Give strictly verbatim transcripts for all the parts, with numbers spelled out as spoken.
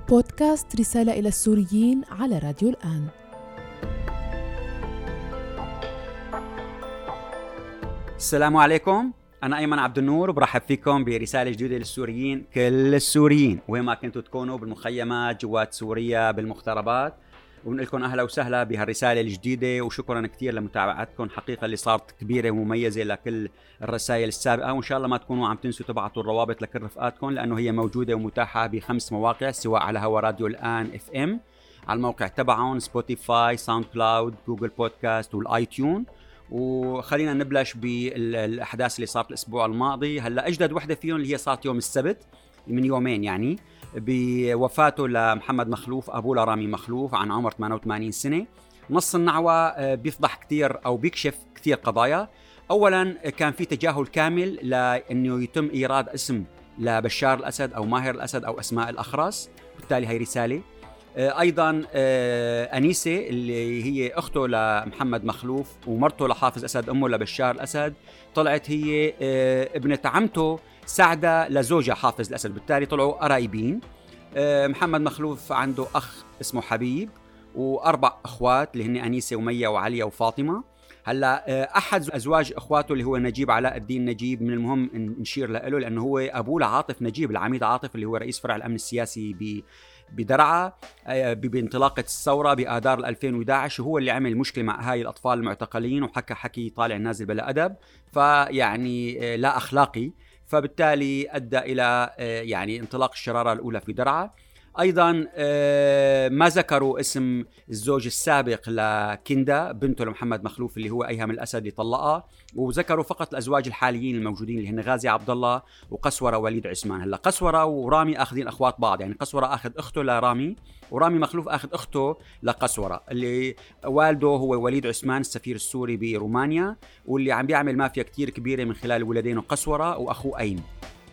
بودكاست رسالة إلى السوريين على راديو الآن. السلام عليكم، أنا أيمن عبد النور وبرحب فيكم برسالة جديدة للسوريين، كل السوريين وين ما كنتوا تكونوا، بالمخيمات جوات سوريا، بالمغتربات، ونقول لكم أهلا وسهلا بهالرسالة الجديدة، وشكرا كتير لمتابعتكم. حقيقة اللي صارت كبيرة ومميزة لكل الرسائل السابقة، وإن شاء الله ما تكونوا عم تنسوا تبعتوا الروابط لكل رفقاتكم، لأنه هي موجودة ومتاحة بخمس مواقع، سواء على هوا راديو الآن اف ام على الموقع تبعهم، سبوتيفاي، ساوند كلاود، جوجل بودكاست والآي تيون. وخلينا نبلش بالأحداث اللي صارت الأسبوع الماضي. هلا أجدد وحدة فيهم اللي هي صارت يوم السبت من يومين، يعني بوفاته لمحمد مخلوف أبو لرامي مخلوف عن عمر ثمانية وثمانين سنة. نص النعوة بيفضح كتير أو بيكشف كتير قضايا. أولا كان في تجاهل كامل لأنه يتم إيراد اسم لبشار الأسد أو ماهر الأسد أو أسماء الأخرس، بالتالي هي رسالة. أيضا أنيسة اللي هي أخته لمحمد مخلوف ومرته لحافظ أسد، أمه لبشار الأسد، طلعت هي ابنة عمته سعدة لزوجها حافظ الأسد، بالتالي طلعوا قرايبين. محمد مخلوف عنده أخ اسمه حبيب وأربع أخوات اللي هن أنيسة ومية وعليا وفاطمة. هلا أحد أزواج أخواته اللي هو نجيب علاء الدين نجيب، من المهم نشير له لأنه هو أبوه لعاطف نجيب، العميد عاطف اللي هو رئيس فرع الأمن السياسي ب بدرعا بانطلاقة الثورة بآذار ألفين وإحدى عشر، وهو اللي عمل مشكلة مع هاي الأطفال المعتقلين وحكى حكي طالع نازل بلا أدب، فيعني لا أخلاقي، فبالتالي أدى إلى يعني انطلاق الشرارة الأولى في درعا. أيضا ما ذكروا اسم الزوج السابق لكندا بنته لمحمد مخلوف اللي هو أيهم الأسد اللي طلقها، وذكروا فقط الأزواج الحاليين الموجودين اللي هن غازي عبد الله وقسورة وليد عثمان. هلا قسورة ورامي أخذين أخوات بعض، يعني قسورة أخذ أخته لرامي ورامي مخلوف أخذ أخته لقسورة، اللي والده هو وليد عثمان السفير السوري برومانيا، واللي عم بيعمل مافيا كتير كبيرة من خلال ولدينه قسورة وأخوه أيم.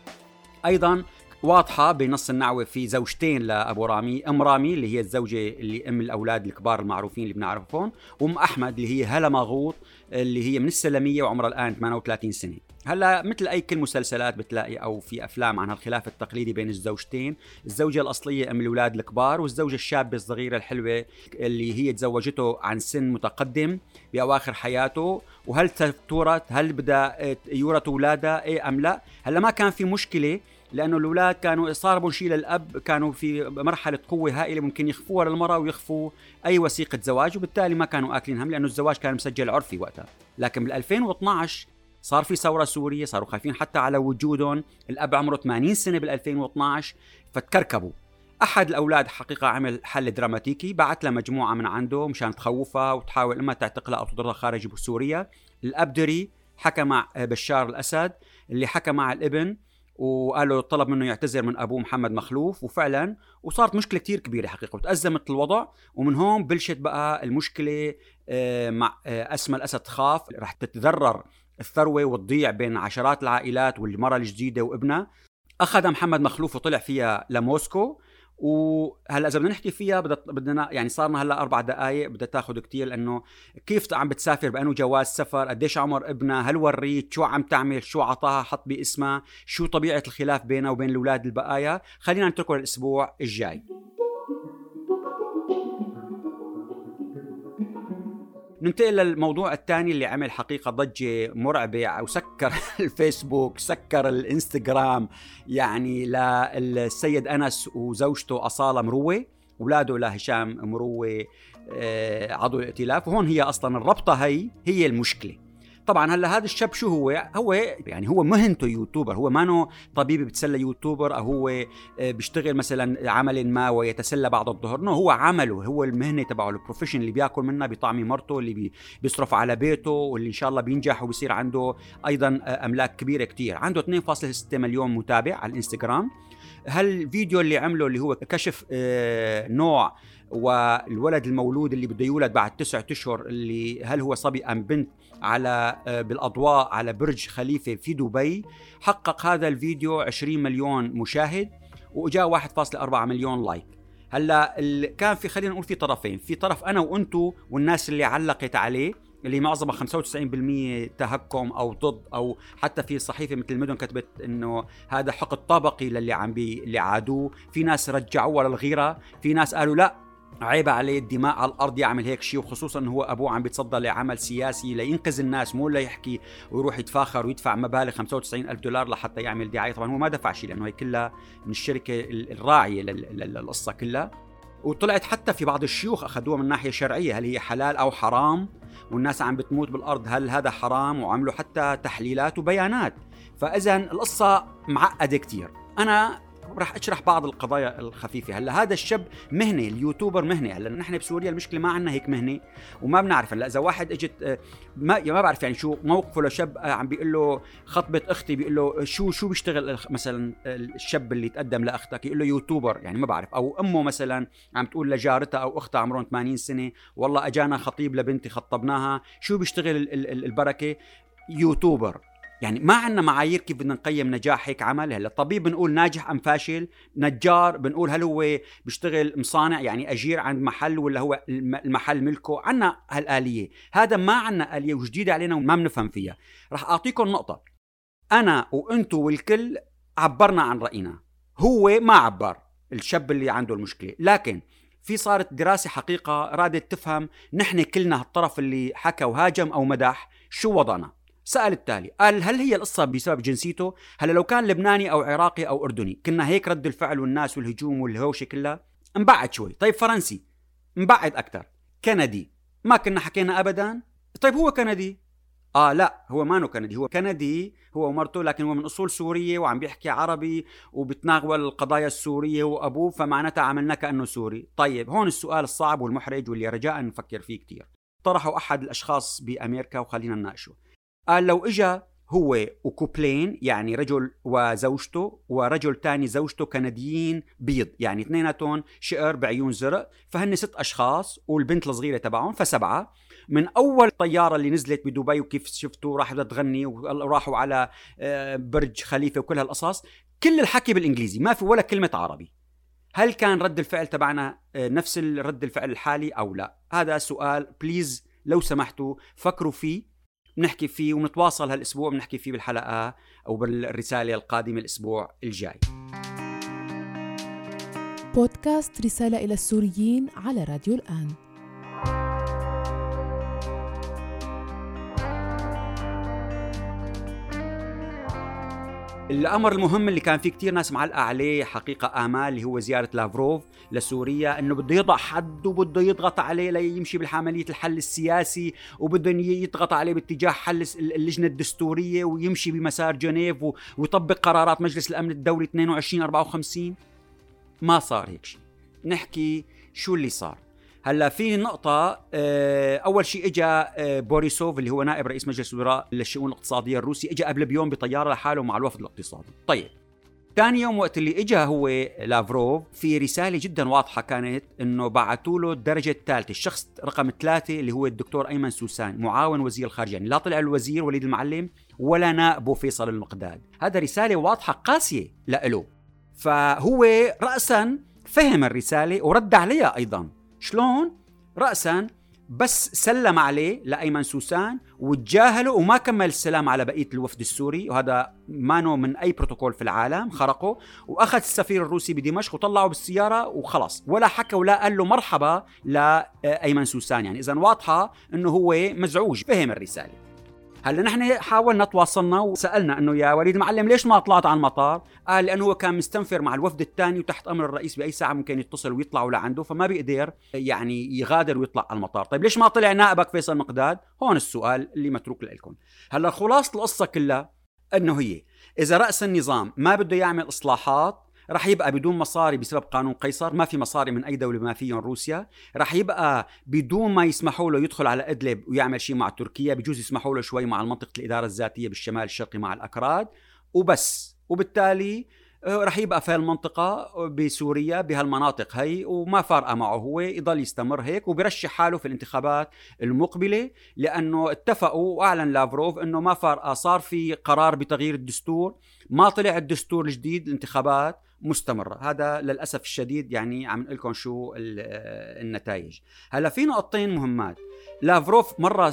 أيضا واضحة بنص النعوة في زوجتين لأبو رامي، أم رامي اللي هي الزوجة اللي أم الأولاد الكبار المعروفين اللي بنعرفهم، وأم أحمد اللي هي هلا ماغوط اللي هي من السلمية وعمرها الآن ثمانية وثلاثين سنة. هلا مثل أي كل مسلسلات بتلاقي أو في أفلام عن الخلاف التقليدي بين الزوجتين، الزوجة الأصلية أم الأولاد الكبار، والزوجة الشابة الصغيرة الحلوة اللي هي تزوجته عن سن متقدم بأواخر حياته. وهل تورث، هل بدأ يورث أولادها إيه أم لا؟ هلا ما كان في مشكلة، لأنه الأولاد كانوا صار بنشيل الأب، كانوا في مرحلة قوة هائلة ممكن يخفوها للمرأة ويخفوا أي وثيقة زواج، وبالتالي ما كانوا آكلين هم، لأنه الزواج كان مسجل عرفي وقتها. لكن بالألفين واثناشر صار في ثورة سورية، صاروا خايفين حتى على وجودهم، الأب عمره ثمانين سنة بالألفين واثناشر، فتكركبوا. أحد الأولاد حقيقة عمل حل دراماتيكي، بعت له مجموعة من عنده مشان تخوفها وتحاول إما تعتقلها أو تضرها خارج سوريا. الأب دري حكى مع بشار الأسد اللي حكى مع الابن وقالوا طلب منه يعتذر من أبوه محمد مخلوف، وفعلا وصارت مشكلة كتير كبيرة حقيقة وتأزمت الوضع. ومن هون بلشت بقى المشكلة مع أسماء الأسد، تخاف رح تتضرر الثروة وتضيع بين عشرات العائلات والمرة الجديدة وابنها. أخذ محمد مخلوف وطلع فيها لموسكو، وهلا اذا بدنا نحكي فيها بدنا يعني صارنا هلا اربع دقائق، بدها تاخذ كتير، لانه كيف عم بتسافر، بانه جواز سفر، قديش عمر ابنها، هل وريت شو عم تعمل، شو عطاها حط باسمها، شو طبيعه الخلاف بينها وبين الاولاد البقايا. خلينا نتركه للاسبوع الجاي. ننتقل للموضوع الثاني اللي عمل حقيقة ضجة مرعبة وسكر الفيسبوك، سكر الانستغرام، يعني للسيد أنس وزوجته أصالة مروة، ولاده لهشام مروة عضو الائتلاف. وهون هي أصلا الربطة هي هي المشكلة. طبعا هلا هذا الشاب شو هو هو يعني هو مهنته يوتيوبر، هو مانو طبيب بتسلى يوتيوبر، أو هو بيشتغل مثلا عمل ما ويتسلى بعد الظهر، نو هو عمله، هو المهنة تبعه، البروفيشن اللي بياكل منها بيطعمي مرته، اللي بيصرف على بيته، واللي إن شاء الله بينجح وبيصير عنده أيضا أملاك كبيرة كتير. عنده اثنين فاصلة ستة مليون متابع على الانستغرام. هالفيديو اللي عمله اللي هو كشف نوع والولد المولود اللي بده يولد بعد تسعة أشهر، اللي هل هو صبي أم بنت، على بالأضواء على برج خليفة في دبي، حقق هذا الفيديو عشرين مليون مشاهد وجاء واحد فاصلة أربعة مليون لايك. هلا كان في خلينا نقول في طرفين، في طرف أنا وأنتو والناس اللي علقت عليه اللي معظمها خمسة وتسعين بالمئة تهكم أو ضد، أو حتى في صحيفة مثل المدن كتبت إنه هذا حقد طبقي للي عم بي اللي عادوه. في ناس رجعوه للغيرة، في ناس قالوا لا عيب عليه الدماء على الأرض يعمل هيك شيء، وخصوصا إنه هو أبوه عم بيتصدى لعمل سياسي لينقذ الناس، مو لا يحكي ويروح يتفاخر ويدفع مبالغ خمسة وتسعين ألف دولار لحتى يعمل دعاية. طبعا هو ما دفع شيء لأنه هي كلها من الشركة الراعية للقصة كلها. وطلعت حتى في بعض الشيوخ أخذوها من ناحية شرعية، هل هي حلال أو حرام، والناس عم بتموت بالأرض هل هذا حرام، وعملوا حتى تحليلات وبيانات. فإذا القصة معقدة كتير. أنا رح أشرح بعض القضايا الخفيفة. هلا هذا الشاب مهنة، اليوتيوبر مهنة. هلا نحن بسوريا المشكلة ما عنا هيك مهنة وما بنعرف. هلا إذا واحد اجت ما ما بعرف يعني شو موقفه لشاب عم بيقول له خطبة أختي، بيقول له شو شو بيشتغل مثلا الشاب اللي تقدم لأختك، يقول له يوتيوبر، يعني ما بعرف. أو أمه مثلا عم تقول لجارتها أو أختها عمرهم ثمانين سنة والله أجانا خطيب لبنتي خطبناها، شو بيشتغل البركة؟ يوتيوبر. يعني ما عندنا معايير كيف بدنا نقيم نجاح هيك عمل. هلا الطبيب بنقول ناجح ام فاشل، نجار بنقول هل هو بيشتغل مصانع يعني اجير عند محل ولا هو المحل ملكه. عندنا هالآلية، هذا ما عندنا آلية وجديدة علينا وما بنفهم فيها. رح اعطيكم نقطة. انا وانتو والكل عبرنا عن رأينا، هو ما عبر، الشاب اللي عنده المشكلة. لكن في صارت دراسة حقيقة رادت تفهم نحن كلنا الطرف اللي حكى وهاجم او مدح شو وضعنا. سأل التالي، قال هل هي القصة بسبب جنسيته؟ هلا لو كان لبناني أو عراقي أو أردني كنا هيك رد الفعل والناس والهجوم والهوشة كلها مبعد شوي. طيب فرنسي مبعد أكتر، كندي ما كنا حكينا أبدا. طيب هو كندي؟ آه لا هو ما نو كندي، هو كندي هو ومرته، لكن هو من أصول سورية وعم بيحكي عربي وبتناول القضايا السورية وأبوه، فمعناتها عملنا كأنه سوري. طيب هون السؤال الصعب والمحرج واللي رجاء نفكر فيه كتير. طرحوا أحد الأشخاص بأمريكا وخلينا نناقشه. قال لو إجا هو وكوبلين، يعني رجل وزوجته ورجل تاني زوجته كنديين بيض، يعني اثنيناتهم شقر بعيون زرق، فهن ست أشخاص والبنت الصغيرة تبعهم، فسبعة. من أول طيارة اللي نزلت بدبي وكيف شفتوا راح تغني وراحوا على برج خليفة وكل هالقصص، كل الحكي بالإنجليزي ما في ولا كلمة عربي. هل كان رد الفعل تبعنا نفس رد الفعل الحالي أو لا؟ هذا سؤال بليز لو سمحتوا فكروا فيه. بنحكي فيه ونتواصل هالأسبوع، بنحكي فيه بالحلقة أو بالرسالة القادمة الأسبوع الجاي. بودكاست رسالة إلى السوريين على راديو الآن. الأمر المهم اللي كان فيه كتير ناس معلقة عليه حقيقة آمال، اللي هو زيارة لافروف لسوريا، إنه بده يضع حد وبده يضغط عليه ليمشي بالحملية الحل السياسي، وبده يضغط عليه باتجاه حل اللجنة الدستورية ويمشي بمسار جنيف ويطبق قرارات مجلس الأمن الدولي اثنين وعشرين أربعة وخمسين. ما صار هيك شيء. نحكي شو اللي صار. هلا في نقطة، أول شيء إجا بوريسوف اللي هو نائب رئيس مجلس الوزراء للشؤون الاقتصادية الروسي، إجا قبل بيوم بطيارة لحاله مع الوفد الاقتصادي. طيب ثاني يوم وقت اللي إجا هو لافروف، في رسالة جدا واضحة كانت إنه بعثوا له الدرجة الثالثة، الشخص رقم ثلاثة اللي هو الدكتور أيمن سوسان معاون وزير الخارجية، يعني لا طلع الوزير وليد المعلم ولا نائبه فيصل المقداد. هذا رسالة واضحة قاسية لإله. فهو رأسا فهم الرسالة ورد عليها أيضا. شلون؟ رأساً بس سلم عليه لأيمن سوسان وتجاهله وما كمل السلام على بقية الوفد السوري، وهذا مانو من أي بروتوكول في العالم، خرقه وأخذ السفير الروسي بدمشق وطلعه بالسيارة وخلص، ولا حكى ولا قال له مرحبا لأيمن سوسان. يعني إذن واضحة أنه هو مزعوج، فهم الرسالة. هلا نحن حاولنا تواصلنا وسألنا انه يا وليد المعلم ليش ما طلعت على المطار؟ قال لانه هو كان مستنفر مع الوفد الثاني وتحت امر الرئيس باي ساعه ممكن يتصل ويطلعوا لعنده، فما بيقدر يعني يغادر ويطلع على المطار. طيب ليش ما طلع نائبك فيصل مقداد؟ هون السؤال اللي متروك لكم. هلا خلاصة القصه كلها انه هي اذا رأس النظام ما بده يعمل اصلاحات رح يبقى بدون مصاري بسبب قانون قيصر، ما في مصاري من أي دولة ما فيهم روسيا. رح يبقى بدون ما يسمحوا له يدخل على إدلب ويعمل شيء مع تركيا، بجوز يسمحوا له شوي مع المنطقة الإدارة الذاتية بالشمال الشرقي مع الأكراد وبس. وبالتالي رح يبقى في المنطقة بسوريا بهالمناطق هي وما فارقة معه، هو يضل يستمر هيك وبرشح حاله في الانتخابات المقبلة، لأنه اتفقوا وأعلن لافروف أنه ما فارقة، صار في قرار بتغيير الدستور، ما طلع الدستور الجديد، الانتخابات مستمرة. هذا للأسف الشديد يعني عم نقول لكم شو النتائج. هلا في نقطتين مهمات. لافروف مرة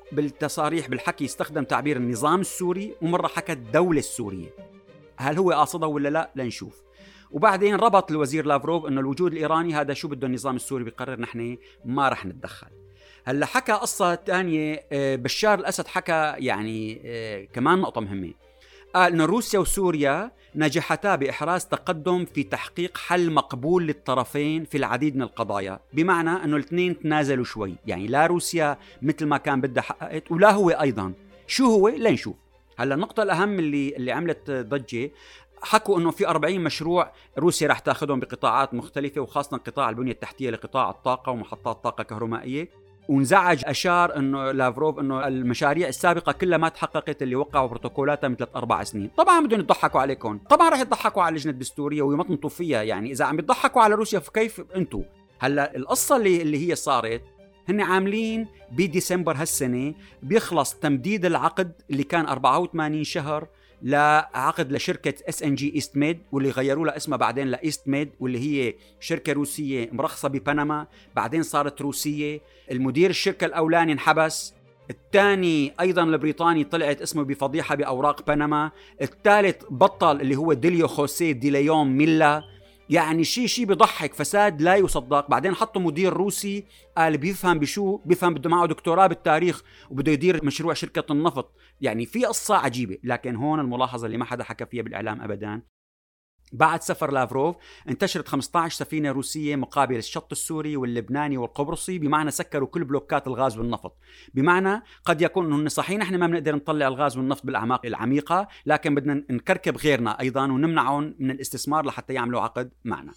بالتصاريح بالحكي استخدم تعبير النظام السوري ومرة حكى الدولة السورية. هل هو قاصده ولا لا؟ لنشوف. وبعدين ربط الوزير لافروف انه الوجود الايراني هذا شو بده النظام السوري بيقرر، نحن ما رح نتدخل. هلا حكى قصة تانية، بشار الأسد حكى يعني كمان نقطة مهمة، قال إنه روسيا وسوريا نجحتا بإحراز تقدم في تحقيق حل مقبول للطرفين في العديد من القضايا، بمعنى إنه الاثنين تنازلوا شوي، يعني لا روسيا مثل ما كان بدها حققت ولا هو أيضا. شو هو؟ لنشوف. هلا النقطة الأهم اللي اللي عملت ضجة، حكوا إنه في أربعين مشروع روسيا رح تاخذهم بقطاعات مختلفة، وخاصة قطاع البنية التحتية لقطاع الطاقة ومحطات طاقة كهرومائية. وانزعج أشار إنه لافروف إنه المشاريع السابقة كلها ما تحققت اللي وقعوا بروتوكولاتها من ثلاث أربع سنين. طبعا بدهم يضحكوا عليكم، طبعا رح يضحكوا على اللجنة الدستورية ويمطنطوا فيها، يعني إذا عم يضحكوا على روسيا فكيف أنتوا؟ هلا القصة اللي اللي هي صارت، هن عاملين بديسمبر هالسنة بيخلص تمديد العقد اللي كان أربعة وثمانين شهر لعقد لشركة اس ان جي ايست ميد، واللي غيروا لها اسمها بعدين لايست ميد، واللي هي شركة روسية مرخصة ببنما، بعدين صارت روسية. المدير الشركة الأولاني انحبس، الثاني أيضا البريطاني طلعت اسمه بفضيحة بأوراق بنما، الثالث بطل اللي هو ديليو خوسيه ديليون ميلا. يعني شيء شيء بضحك، فساد لا يصدق. بعدين حطوا مدير روسي قال بيفهم بشو، بيفهم بده معه دكتوراه بالتاريخ وبده يدير مشروع شركة النفط. يعني في قصة عجيبة. لكن هون الملاحظة اللي ما حدا حكى فيها بالإعلام أبدا، بعد سفر لافروف انتشرت خمسة عشر سفينة روسية مقابل الشط السوري واللبناني والقبرصي، بمعنى سكروا كل بلوكات الغاز والنفط. بمعنى قد يكون انه صحيح نحن ما بنقدر نطلع الغاز والنفط بالاعماق العميقة، لكن بدنا نكركب غيرنا ايضا ونمنعهم من الاستثمار لحتى يعملوا عقد معنا.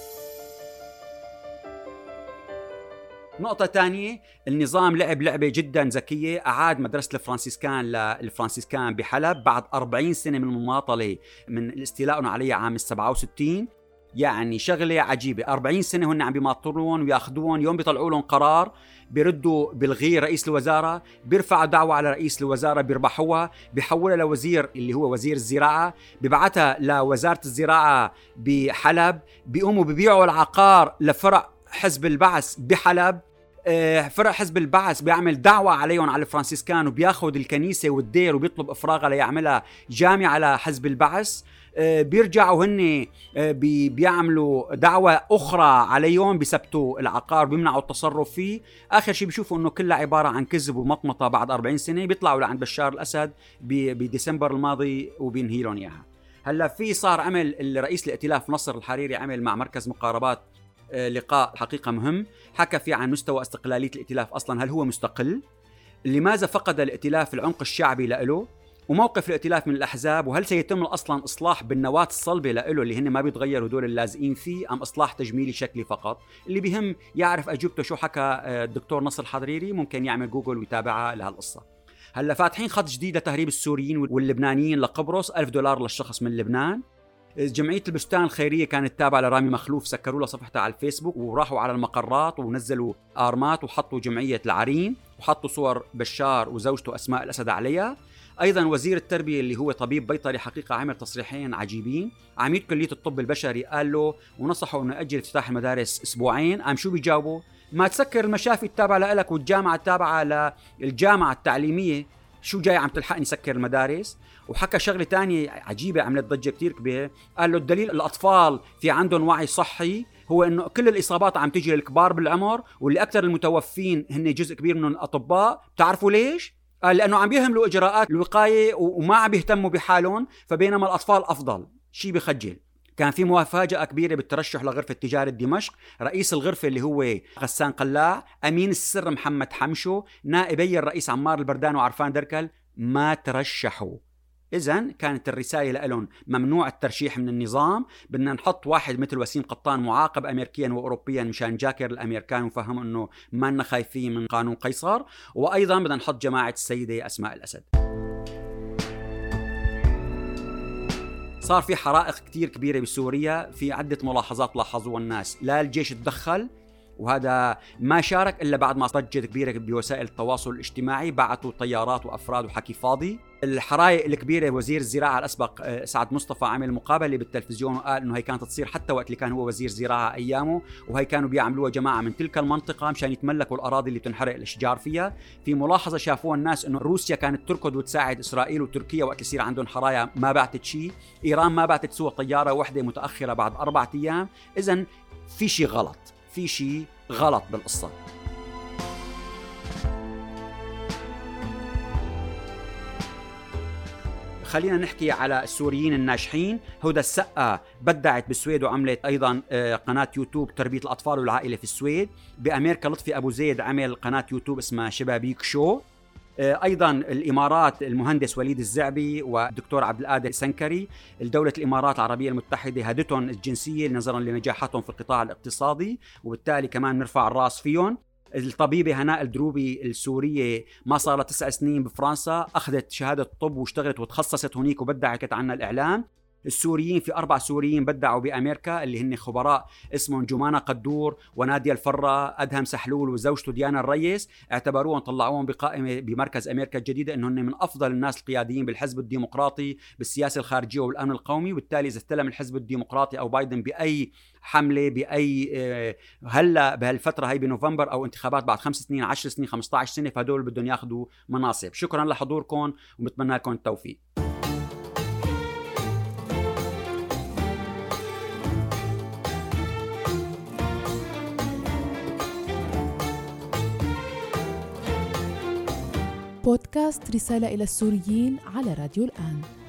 نقطة تانية، النظام لعب لعبة جدا ذكية، أعاد مدرسة الفرانسيسكان للفرانسيسكان بحلب بعد أربعين سنة من المماطلة من الاستيلاء عليها عام السبعة وستين. يعني شغلة عجيبة، أربعين سنة هن عم بيماطلون وياخدون، يوم بيطلعوا لهم قرار بيردوا بالغير رئيس الوزارة، بيرفعوا دعوة على رئيس الوزارة بيربحوها، بيحولها لوزير اللي هو وزير الزراعة، بيبعتها لوزارة الزراعة بحلب، بيقوموا ببيعوا العقار لفرع حزب البعث بحلب. فرع حزب البعث بيعمل دعوة عليهم على الفرانسيسكان وبياخد الكنيسة والدير وبيطلب إفراغها ليعملها جامعة لحزب البعث. بيرجعوا هن بيعملوا دعوة أخرى عليهم، بيثبتوا العقار بيمنعوا التصرف فيه. آخر شيء بيشوفوا إنه كلها عبارة عن كذب ومطمطة. بعد أربعين سنة بيطلعوا لعند بشار الأسد بديسمبر الماضي وبينهي لهم إياها. هلا في صار عمل الرئيس الائتلاف نصر الحريري عمل مع مركز مقاربات لقاء حقيقة مهم، حكى فيه عن مستوى استقلالية الائتلاف. أصلا هل هو مستقل؟ لماذا فقد الائتلاف العمق الشعبي لإله؟ وموقف الائتلاف من الأحزاب؟ وهل سيتم أصلا إصلاح بالنواة الصلبة لإله اللي هن ما بيتغيروا دول اللازقين فيه، أم إصلاح تجميلي شكلي فقط؟ اللي بهم يعرف أجوبته شو حكى الدكتور نصر الحريري ممكن يعمل جوجل ويتابعها لهالقصة. هلا فاتحين خط جديد لتهريب السوريين واللبنانيين لقبرص، ألف دولار للشخص من لبنان. جمعية البستان الخيرية كانت تابعة لرامي مخلوف، سكروا لها صفحتها على الفيسبوك وراحوا على المقرات ونزلوا آرمات وحطوا جمعية العرين وحطوا صور بشار وزوجته أسماء الأسد عليها. أيضا وزير التربية اللي هو طبيب بيطري حقيقة عمل تصريحين عجيبين. عميد كلية الطب البشري قال له ونصحوا أنه أجل افتتاح المدارس أسبوعين. قام شو بيجاوبوا؟ ما تسكر المشافي التابعة لك والجامعة التابعة للجامعة التعليمية، شو جاي عم تلحقني سكر المدارس؟ وحكى شغلة تانية عجيبة عملت ضجة كتير كبيرة، قال له الدليل الأطفال في عندهم وعي صحي هو إنه كل الإصابات عم تيجي للكبار بالعمر، واللي أكثر المتوفين هن جزء كبير من الأطباء. بتعرفوا ليش؟ قال لأنه عم بيهملوا إجراءات الوقاية وما عم بيهتموا بحالهم، فبينما الأطفال أفضل. شيء بخجل. كان في مفاجأة كبيرة بالترشح لغرفة تجارة دمشق، رئيس الغرفة اللي هو غسان قلاع، أمين السر محمد حمشو، نائبي الرئيس عمار البردان وعرفان دركل ما ترشحوا. إذن كانت الرسالة لهم ممنوع الترشيح من النظام، بدنا نحط واحد مثل وسيم قطان معاقب أمريكيا وأوروبيا مشان جاكر الأمريكان وفهم أنه ما لنا خايفين من قانون قيصر، وأيضا بدنا نحط جماعة السيدة أسماء الأسد. صار في حرائق كتير كبيرة بسوريا، في عدة ملاحظات لاحظوها الناس. لا الجيش تدخل وهذا ما شارك إلا بعد ما ضجت كبيرة بوسائل التواصل الاجتماعي، بعثوا طيارات وأفراد وحكي فاضي. الحرايق الكبيرة، وزير الزراعة الأسبق سعد مصطفى عمل مقابلة بالتلفزيون وقال إنه هي كانت تصير حتى وقت اللي كان هو وزير زراعة أيامه، وهي كانوا بيعملوها جماعة من تلك المنطقة مشان يتملكوا الأراضي اللي تنحرق الأشجار فيها. في ملاحظة شافوها الناس إنه روسيا كانت تركض وتساعد إسرائيل وتركيا وقت يصير عندهم حرايق ما بعتت شيء، إيران ما بعتت سوى طيارة واحدة متأخرة بعد أربعة أيام. إذن في شيء غلط، في شيء غلط بالقصة. خلينا نحكي على السوريين الناجحين. هدى السقا بدعت بالسويد وعملت أيضا قناة يوتيوب تربية الأطفال والعائلة في السويد. بأمريكا لطفي أبو زيد عمل قناة يوتيوب اسمها شبابيك شو. أيضا الإمارات المهندس وليد الزعبي والدكتور عبد القادر السنكري. الدولة الإمارات العربية المتحدة هدتهم الجنسية نظرا لنجاحاتهم في القطاع الاقتصادي، وبالتالي كمان نرفع الراس فيهم. الطبيبة هناء الدروبي السورية ما صار لها تسع سنين بفرنسا، أخذت شهادة طب واشتغلت وتخصصت هنيك وبدعت عنها الإعلام. السوريين في أربع سوريين بدعوا بأمريكا اللي هن خبراء اسمهم جمانة قدور ونادية الفرة أدهم سحلول وزوجته ديانا الريس، اعتبروهم طلعوهم بقائمة بمركز أمريكا الجديدة إنه هن من أفضل الناس القياديين بالحزب الديمقراطي بالسياسة الخارجية والأمن القومي. وبالتالي إذا استلم الحزب الديمقراطي أو بايدن بأي حملة بأي هلا بهالفترة هاي بنوفمبر أو انتخابات بعد خمس سنين عشر سنين خمسة عشر سنة، فهدول بدهم ياخدوا مناصب. شكرا لحضوركم ومتمنى لكم التوفيق. بودكاست رسالة إلى السوريين على راديو الآن.